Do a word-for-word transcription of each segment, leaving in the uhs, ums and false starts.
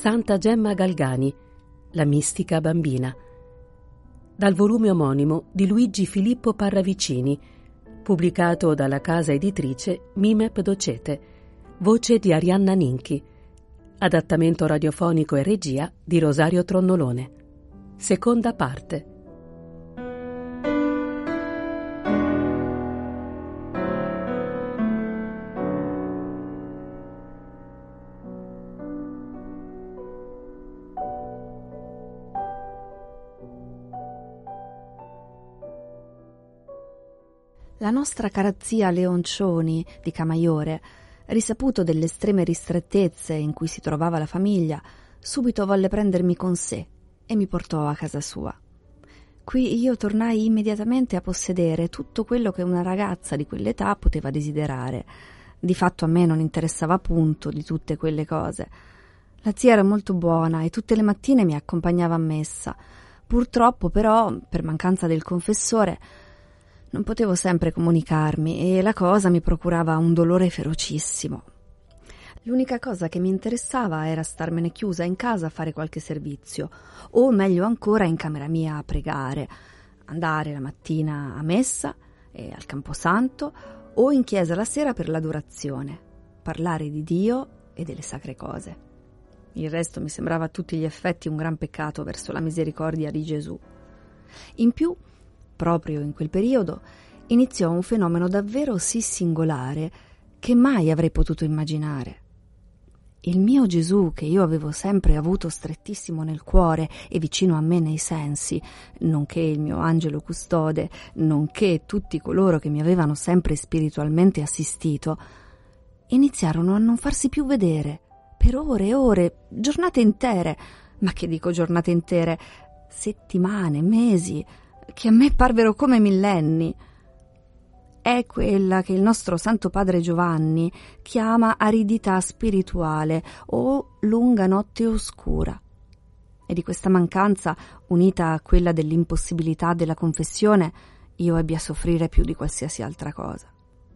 Santa Gemma Galgani, La mistica bambina, dal volume omonimo di Luigi Filippo Parravicini, pubblicato dalla casa editrice Mimep Docete, voce di Arianna Ninchi, adattamento radiofonico e regia di Rosario Tronnolone. Seconda parte. La nostra cara zia Leoncioni di Camaiore, risaputo delle estreme ristrettezze in cui si trovava la famiglia, subito volle prendermi con sé e mi portò a casa sua. Qui io tornai immediatamente a possedere tutto quello che una ragazza di quell'età poteva desiderare. Di fatto a me non interessava punto di tutte quelle cose. La zia era molto buona e tutte le mattine mi accompagnava a messa. Purtroppo però, per mancanza del confessore, non potevo sempre comunicarmi e la cosa mi procurava un dolore ferocissimo. L'unica cosa che mi interessava era starmene chiusa in casa a fare qualche servizio, o meglio ancora in camera mia a pregare, andare la mattina a messa e al Camposanto o in chiesa la sera per l'adorazione, parlare di Dio e delle sacre cose. Il resto mi sembrava a tutti gli effetti un gran peccato verso la misericordia di Gesù. In più, proprio in quel periodo, iniziò un fenomeno davvero sì singolare che mai avrei potuto immaginare. Il mio Gesù, che io avevo sempre avuto strettissimo nel cuore e vicino a me nei sensi, nonché il mio angelo custode, nonché tutti coloro che mi avevano sempre spiritualmente assistito, iniziarono a non farsi più vedere, per ore e ore, giornate intere, ma che dico giornate intere, settimane, mesi, che a me parvero come millenni. È quella che il nostro Santo Padre Giovanni chiama aridità spirituale o lunga notte oscura. E di questa mancanza, unita a quella dell'impossibilità della confessione, io ebbi a soffrire più di qualsiasi altra cosa.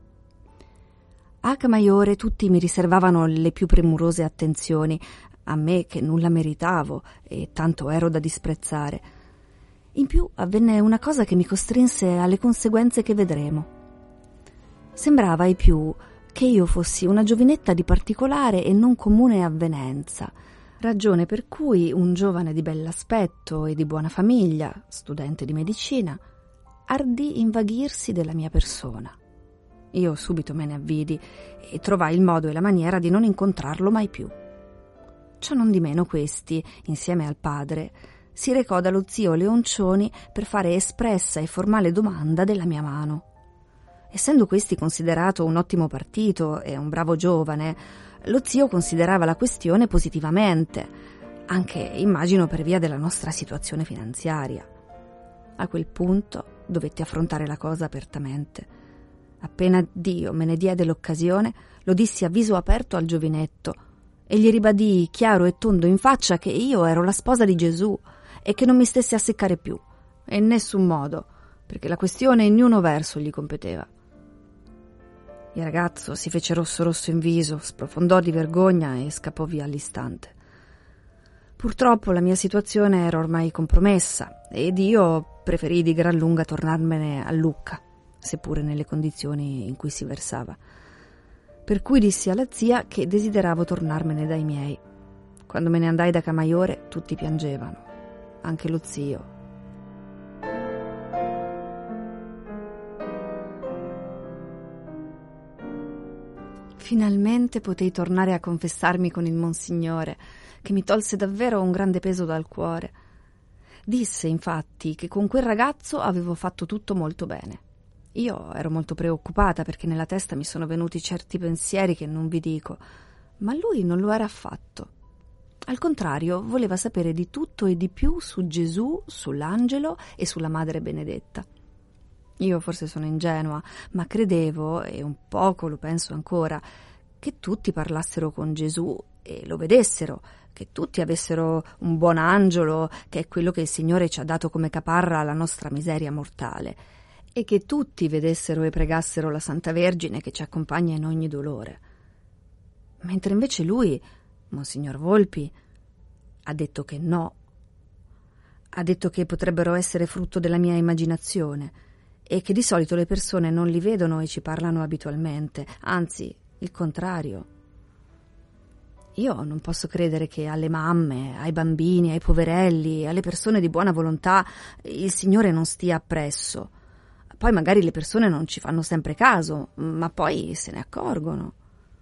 A Camaiore tutti mi riservavano le più premurose attenzioni, a me che nulla meritavo e tanto ero da disprezzare. In più avvenne una cosa che mi costrinse alle conseguenze che vedremo. Sembrava ai più che io fossi una giovinetta di particolare e non comune avvenenza, ragione per cui un giovane di bell'aspetto e di buona famiglia, studente di medicina, ardì invaghirsi della mia persona. Io subito me ne avvidi e trovai il modo e la maniera di non incontrarlo mai più. Ciò non di meno questi, insieme al padre, si recò dallo zio Leoncioni per fare espressa e formale domanda della mia mano. Essendo questi considerato un ottimo partito e un bravo giovane, lo zio considerava la questione positivamente, anche immagino per via della nostra situazione finanziaria. A quel punto dovetti affrontare la cosa apertamente. Appena Dio me ne diede l'occasione, lo dissi a viso aperto al giovinetto e gli ribadii chiaro e tondo in faccia che io ero la sposa di Gesù e che non mi stesse a seccare più, e in nessun modo, perché la questione in niuno verso gli competeva. Il ragazzo si fece rosso rosso in viso, sprofondò di vergogna e scappò via all'istante. Purtroppo la mia situazione era ormai compromessa ed io preferii di gran lunga tornarmene a Lucca, seppure nelle condizioni in cui si versava. Per cui dissi alla zia che desideravo tornarmene dai miei. Quando me ne andai da Camaiore tutti piangevano, anche lo zio. Finalmente potei tornare a confessarmi con il Monsignore, che mi tolse davvero un grande peso dal cuore. Disse, infatti, che con quel ragazzo avevo fatto tutto molto bene. Io ero molto preoccupata perché nella testa mi sono venuti certi pensieri che non vi dico, ma lui non lo era affatto. Al contrario, voleva sapere di tutto e di più su Gesù, sull'angelo e sulla Madre Benedetta. Io forse sono ingenua, ma credevo, e un poco lo penso ancora, che tutti parlassero con Gesù e lo vedessero, che tutti avessero un buon angelo, che è quello che il Signore ci ha dato come caparra alla nostra miseria mortale, e che tutti vedessero e pregassero la Santa Vergine che ci accompagna in ogni dolore. Mentre invece lui, Monsignor Volpi, Ha detto che no. Ha detto che potrebbero essere frutto della mia immaginazione e che di solito le persone non li vedono e ci parlano abitualmente, anzi, il contrario. Io non posso credere che alle mamme, ai bambini, ai poverelli, alle persone di buona volontà il Signore non stia appresso. Poi magari le persone non ci fanno sempre caso, ma poi se ne accorgono.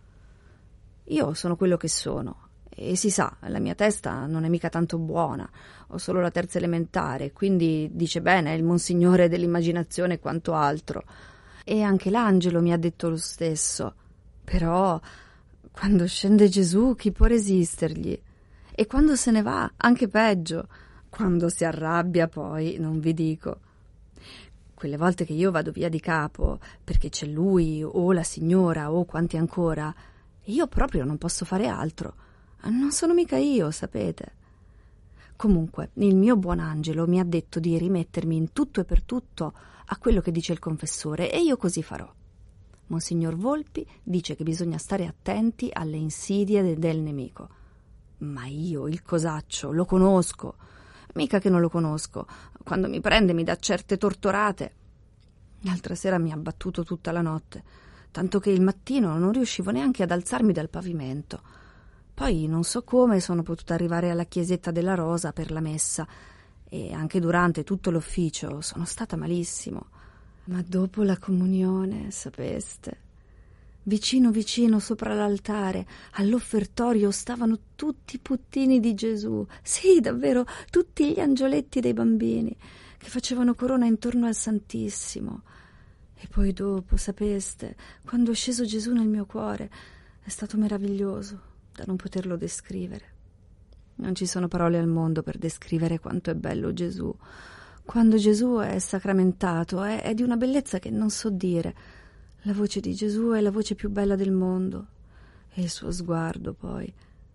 Io sono quello che sono e si sa, la mia testa non è mica tanto buona, ho solo la terza elementare, quindi dice bene il Monsignore dell'immaginazione e quanto altro. E anche l'angelo mi ha detto lo stesso. Però quando scende Gesù chi può resistergli? E quando se ne va anche peggio. Quando si arrabbia poi non vi dico. Quelle volte che io vado via di capo perché c'è lui o la signora o quanti ancora, io proprio non posso fare altro. Non sono mica io, sapete. Comunque, il mio buon angelo mi ha detto di rimettermi in tutto e per tutto a quello che dice il confessore e io così farò. Monsignor Volpi dice che bisogna stare attenti alle insidie de- del nemico. Ma io, il cosaccio, lo conosco. Mica che non lo conosco. Quando mi prende mi dà certe tortorate. L'altra sera mi ha battuto tutta la notte, tanto che il mattino non riuscivo neanche ad alzarmi dal pavimento. Poi non so come sono potuta arrivare alla chiesetta della Rosa per la messa e anche durante tutto l'ufficio sono stata malissimo. Ma dopo la comunione, sapeste, vicino vicino sopra l'altare, all'offertorio stavano tutti i puttini di Gesù, sì, davvero, tutti gli angioletti dei bambini, che facevano corona intorno al Santissimo. E poi dopo, sapeste, quando è sceso Gesù nel mio cuore, è stato meraviglioso, da non poterlo descrivere. Non ci sono parole al mondo per descrivere quanto è bello Gesù. Quando Gesù è sacramentato è, è di una bellezza che non so dire. La voce di Gesù è la voce più bella del mondo. E il suo sguardo, poi.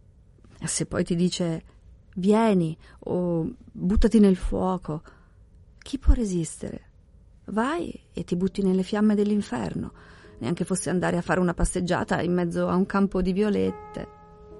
E se poi ti dice vieni o buttati nel fuoco, chi può resistere? Vai e ti butti nelle fiamme dell'inferno, neanche fosse andare a fare una passeggiata in mezzo a un campo di violette.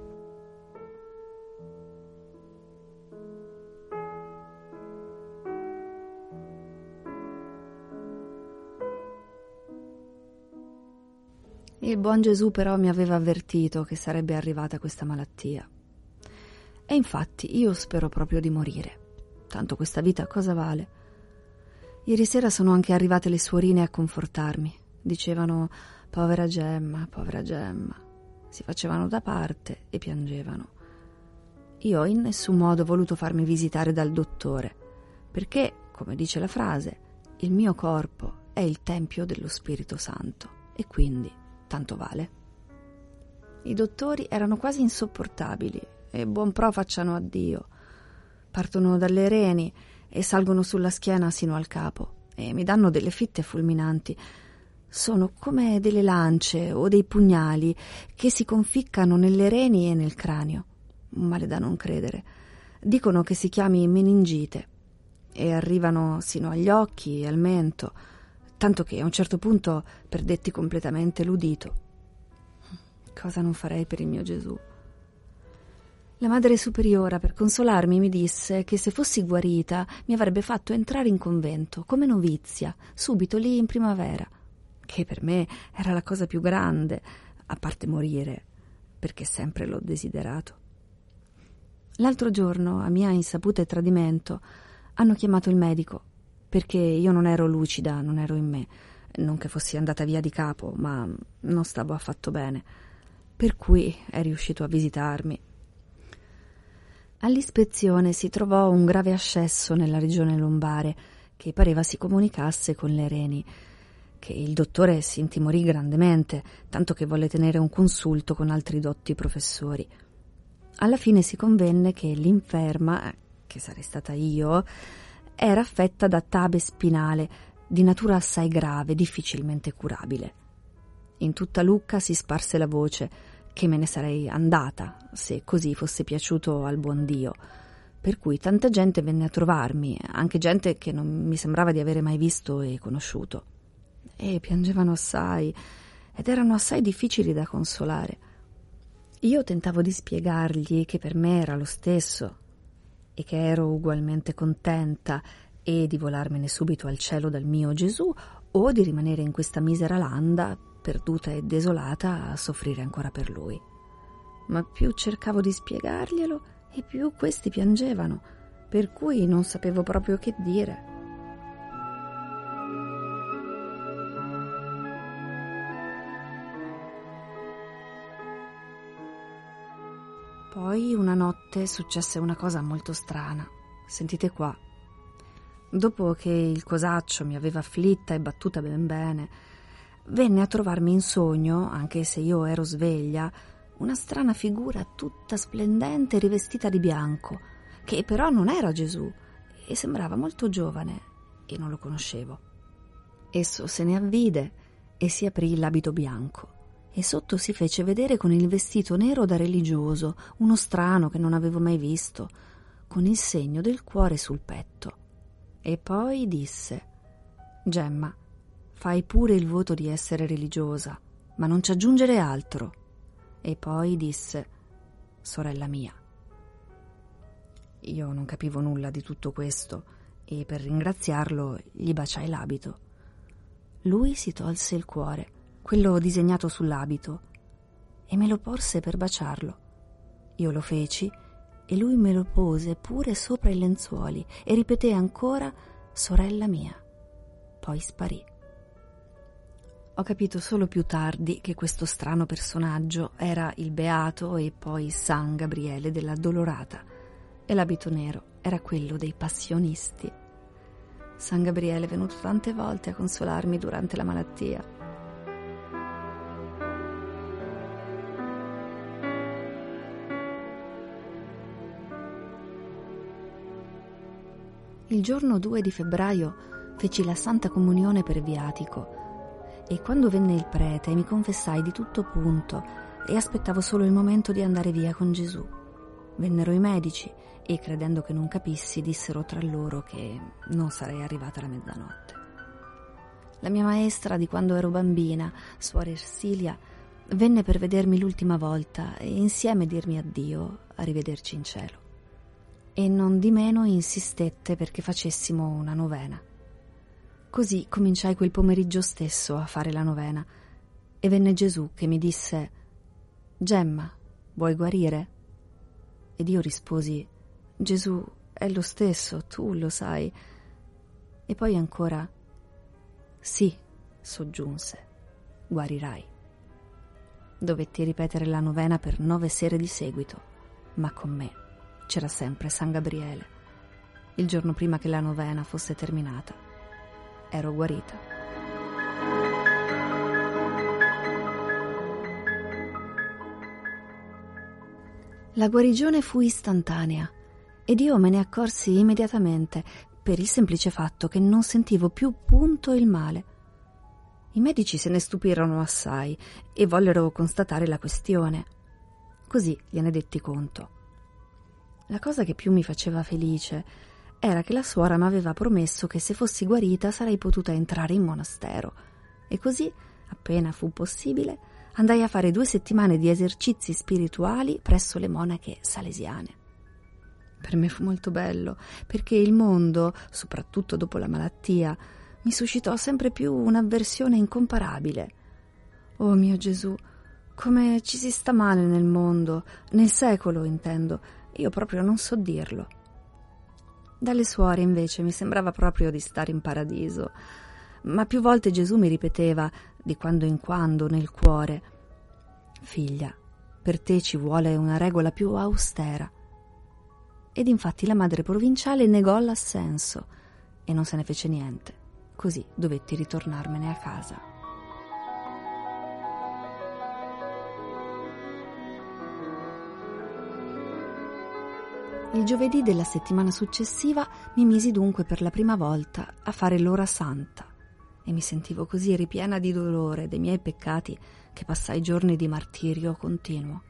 Il buon Gesù però mi aveva avvertito che sarebbe arrivata questa malattia. E infatti io spero proprio di morire. Tanto questa vita cosa vale? Ieri sera sono anche arrivate le suorine a confortarmi. Dicevano povera Gemma, povera Gemma. Si facevano da parte e piangevano. Io in nessun modo ho voluto farmi visitare dal dottore, perché, come dice la frase, il mio corpo è il tempio dello Spirito Santo e quindi tanto vale. I dottori erano quasi insopportabili e buon pro facciano addio. Partono dalle reni e salgono sulla schiena sino al capo e mi danno delle fitte fulminanti. Sono come delle lance o dei pugnali che si conficcano nelle reni e nel cranio. Male da non credere. Dicono che si chiami meningite e arrivano sino agli occhi e al mento, tanto che a un certo punto perdetti completamente l'udito. Cosa non farei per il mio Gesù? La madre superiora, per consolarmi, mi disse che se fossi guarita mi avrebbe fatto entrare in convento, come novizia, subito lì in primavera, che per me era la cosa più grande, a parte morire, perché sempre l'ho desiderato. L'altro giorno, a mia insaputa e tradimento, hanno chiamato il medico, perché io non ero lucida, non ero in me, non che fossi andata via di capo, ma non stavo affatto bene, per cui è riuscito a visitarmi. All'ispezione si trovò un grave ascesso nella regione lombare, che pareva si comunicasse con le reni, che il dottore si intimorì grandemente, tanto che volle tenere un consulto con altri dotti professori. Alla fine si convenne che l'inferma, che sarei stata io, era affetta da tabe spinale, di natura assai grave, difficilmente curabile. In tutta Lucca si sparse la voce che me ne sarei andata, se così fosse piaciuto al buon Dio, per cui tanta gente venne a trovarmi, anche gente che non mi sembrava di avere mai visto e conosciuto. E piangevano assai, ed erano assai difficili da consolare. Io tentavo di spiegargli che per me era lo stesso e che ero ugualmente contenta e di volarmene subito al cielo dal mio Gesù o di rimanere in questa misera landa, perduta e desolata, a soffrire ancora per lui. Ma più cercavo di spiegarglielo e più questi piangevano, per cui non sapevo proprio che dire. Poi una notte successe una cosa molto strana. Sentite qua. Dopo che il cosaccio mi aveva afflitta e battuta ben bene, venne a trovarmi in sogno, anche se io ero sveglia, una strana figura tutta splendente rivestita di bianco, che però non era Gesù e sembrava molto giovane e non lo conoscevo. Esso se ne avvide e si aprì l'abito bianco e sotto si fece vedere con il vestito nero da religioso, uno strano che non avevo mai visto, con il segno del cuore sul petto. E poi disse: Gemma, fai pure il voto di essere religiosa, ma non ci aggiungere altro. E poi disse: sorella mia. Io non capivo nulla di tutto questo e per ringraziarlo gli baciai l'abito. Lui si tolse il cuore, quello disegnato sull'abito, e me lo porse per baciarlo. Io lo feci e lui me lo pose pure sopra i lenzuoli e ripeté ancora: sorella mia. Poi sparì. Ho capito solo più tardi che questo strano personaggio era il beato e poi San Gabriele della Dolorata e l'abito nero era quello dei passionisti. San Gabriele è venuto tante volte a consolarmi durante la malattia. Il giorno due di febbraio feci la Santa Comunione per viatico e quando venne il prete mi confessai di tutto punto e aspettavo solo il momento di andare via con Gesù. Vennero i medici e, credendo che non capissi, dissero tra loro che non sarei arrivata alla mezzanotte. La mia maestra di quando ero bambina, suor Ersilia, venne per vedermi l'ultima volta e insieme dirmi addio, arrivederci in cielo. E non di meno insistette perché facessimo una novena. Così cominciai quel pomeriggio stesso a fare la novena e venne Gesù che mi disse: Gemma, vuoi guarire? Ed io risposi: Gesù, è lo stesso, tu lo sai. E poi ancora: sì, soggiunse, guarirai. Dovetti ripetere la novena per nove sere di seguito, ma con me c'era sempre San Gabriele. Il giorno prima che la novena fosse terminata, ero guarita. La guarigione fu istantanea ed io me ne accorsi immediatamente per il semplice fatto che non sentivo più punto il male. I medici se ne stupirono assai e vollero constatare la questione. Così gliene detti conto. La cosa che più mi faceva felice era che la suora m'aveva promesso che se fossi guarita sarei potuta entrare in monastero e così, appena fu possibile, andai a fare due settimane di esercizi spirituali presso le monache salesiane. Per me fu molto bello, perché il mondo, soprattutto dopo la malattia, mi suscitò sempre più un'avversione incomparabile. Oh mio Gesù, come ci si sta male nel mondo, nel secolo intendo, io proprio non so dirlo. Dalle suore invece mi sembrava proprio di stare in paradiso, ma più volte Gesù mi ripeteva, di quando in quando, nel cuore: figlia, per te ci vuole una regola più austera. Ed infatti la madre provinciale negò l'assenso e non se ne fece niente. Così dovetti ritornarmene a casa. Il giovedì della settimana successiva mi misi dunque per la prima volta a fare l'ora santa e mi sentivo così ripiena di dolore dei miei peccati che passai giorni di martirio continuo.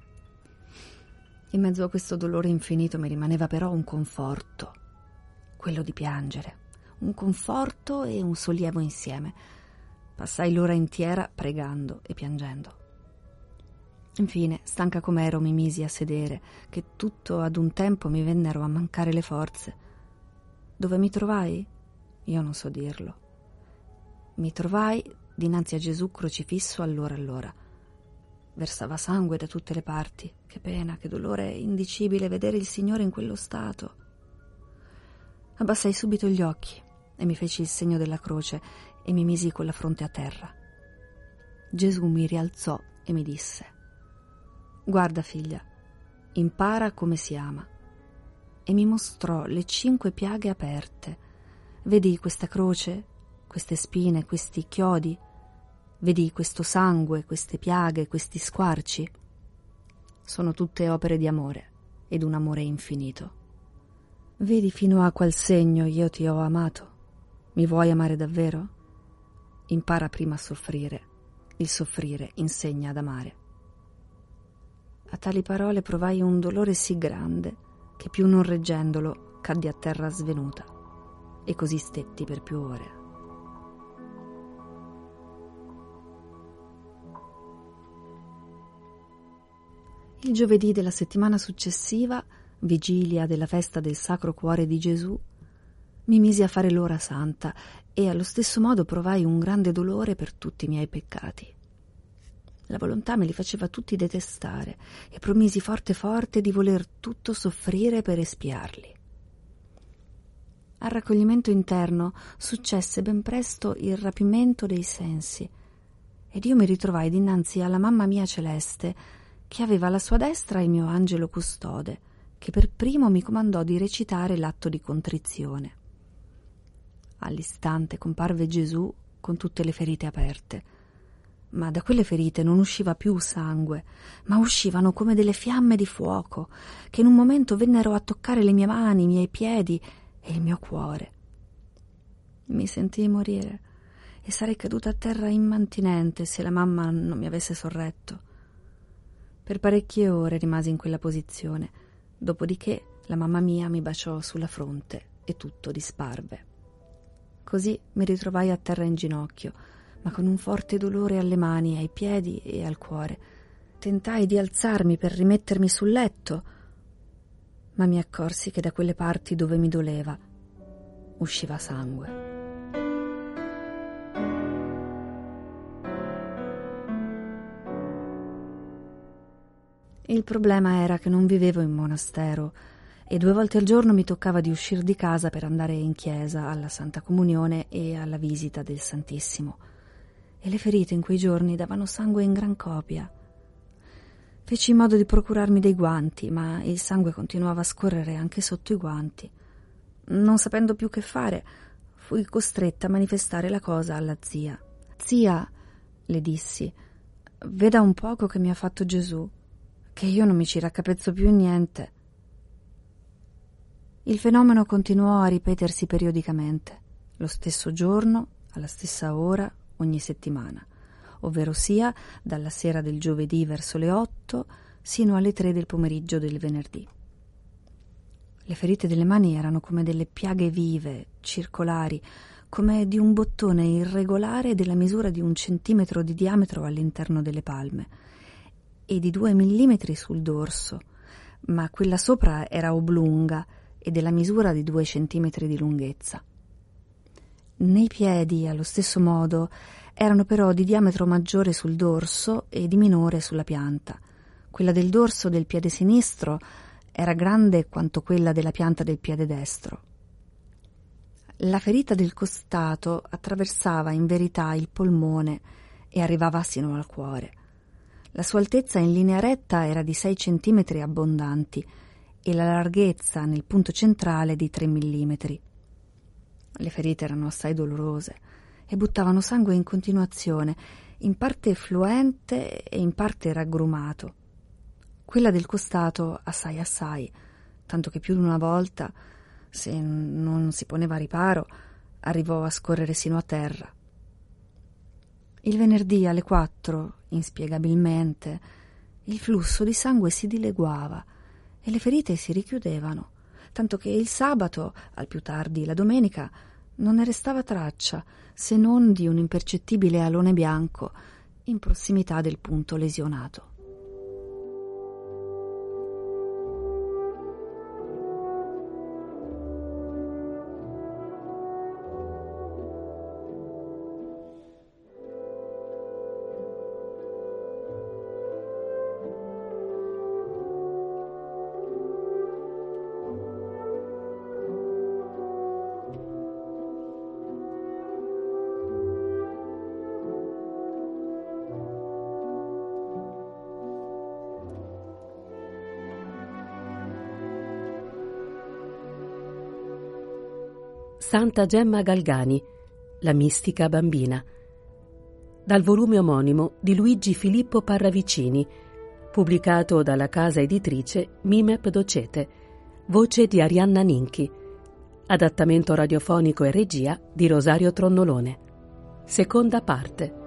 In mezzo a questo dolore infinito mi rimaneva però un conforto, quello di piangere, un conforto e un sollievo insieme. Passai l'ora intera pregando e piangendo. Infine, stanca com'ero, mi misi a sedere, che tutto ad un tempo mi vennero a mancare le forze. Dove mi trovai? Io non so dirlo. Mi trovai dinanzi a Gesù crocifisso allora allora. Versava sangue da tutte le parti. Che pena, che dolore indicibile vedere il Signore in quello stato. Abbassai subito gli occhi e mi feci il segno della croce e mi misi con la fronte a terra. Gesù mi rialzò e mi disse: «Guarda, figlia, impara come si ama». E mi mostrò le cinque piaghe aperte. Vedi questa croce, queste spine, questi chiodi? Vedi questo sangue, queste piaghe, questi squarci? Sono tutte opere di amore, ed un amore infinito. Vedi fino a qual segno io ti ho amato? Mi vuoi amare davvero? Impara prima a soffrire. Il soffrire insegna ad amare. A tali parole provai un dolore sì grande che, più non reggendolo, caddi a terra svenuta, e così stetti per più ore. Il giovedì della settimana successiva, vigilia della festa del Sacro Cuore di Gesù, mi misi a fare l'ora santa e allo stesso modo provai un grande dolore per tutti i miei peccati. La volontà me li faceva tutti detestare e promisi forte forte di voler tutto soffrire per espiarli. Al raccoglimento interno successe ben presto il rapimento dei sensi ed io mi ritrovai dinanzi alla mamma mia celeste, che aveva alla sua destra il mio angelo custode, che per primo mi comandò di recitare l'atto di contrizione. All'istante comparve Gesù con tutte le ferite aperte, ma da quelle ferite non usciva più sangue, ma uscivano come delle fiamme di fuoco, che in un momento vennero a toccare le mie mani, i miei piedi e il mio cuore. Mi sentii morire e sarei caduta a terra immantinente se la mamma non mi avesse sorretto. Per parecchie ore rimasi in quella posizione, dopodiché la mamma mia mi baciò sulla fronte e tutto disparve. Così mi ritrovai a terra in ginocchio, ma con un forte dolore alle mani, ai piedi e al cuore. Tentai di alzarmi per rimettermi sul letto, ma mi accorsi che da quelle parti dove mi doleva usciva sangue. Il problema era che non vivevo in monastero e due volte al giorno mi toccava di uscire di casa per andare in chiesa alla Santa Comunione e alla visita del Santissimo. E le ferite in quei giorni davano sangue in gran copia. Feci in modo di procurarmi dei guanti, ma il sangue continuava a scorrere anche sotto i guanti. Non sapendo più che fare, fui costretta a manifestare la cosa alla zia. «Zia», le dissi, «veda un poco che mi ha fatto Gesù, che io non mi ci raccapezzo più niente». Il fenomeno continuò a ripetersi periodicamente, lo stesso giorno, alla stessa ora, ogni settimana, ovvero sia dalla sera del giovedì verso le otto sino alle tre del pomeriggio del venerdì. Le ferite delle mani erano come delle piaghe vive, circolari, come di un bottone irregolare della misura di un centimetro di diametro all'interno delle palme e di due millimetri sul dorso, ma quella sopra era oblunga e della misura di due centimetri di lunghezza. Nei piedi, allo stesso modo, erano però di diametro maggiore sul dorso e di minore sulla pianta. Quella del dorso del piede sinistro era grande quanto quella della pianta del piede destro. La ferita del costato attraversava in verità il polmone e arrivava sino al cuore. La sua altezza in linea retta era di sei centimetri abbondanti e la larghezza nel punto centrale di tre millimetri. Le ferite erano assai dolorose e buttavano sangue in continuazione, in parte fluente e in parte raggrumato. Quella del costato assai assai, tanto che più di una volta, se non si poneva riparo, arrivò a scorrere sino a terra. Il venerdì alle quattro, inspiegabilmente, il flusso di sangue si dileguava e le ferite si richiudevano, tanto che il sabato, al più tardi la domenica, non ne restava traccia se non di un impercettibile alone bianco in prossimità del punto lesionato. Santa Gemma Galgani, La mistica bambina, dal volume omonimo di Luigi Filippo Parravicini, pubblicato dalla casa editrice Mimep Docete, voce di Arianna Ninchi, adattamento radiofonico e regia di Rosario Tronnolone. Seconda parte.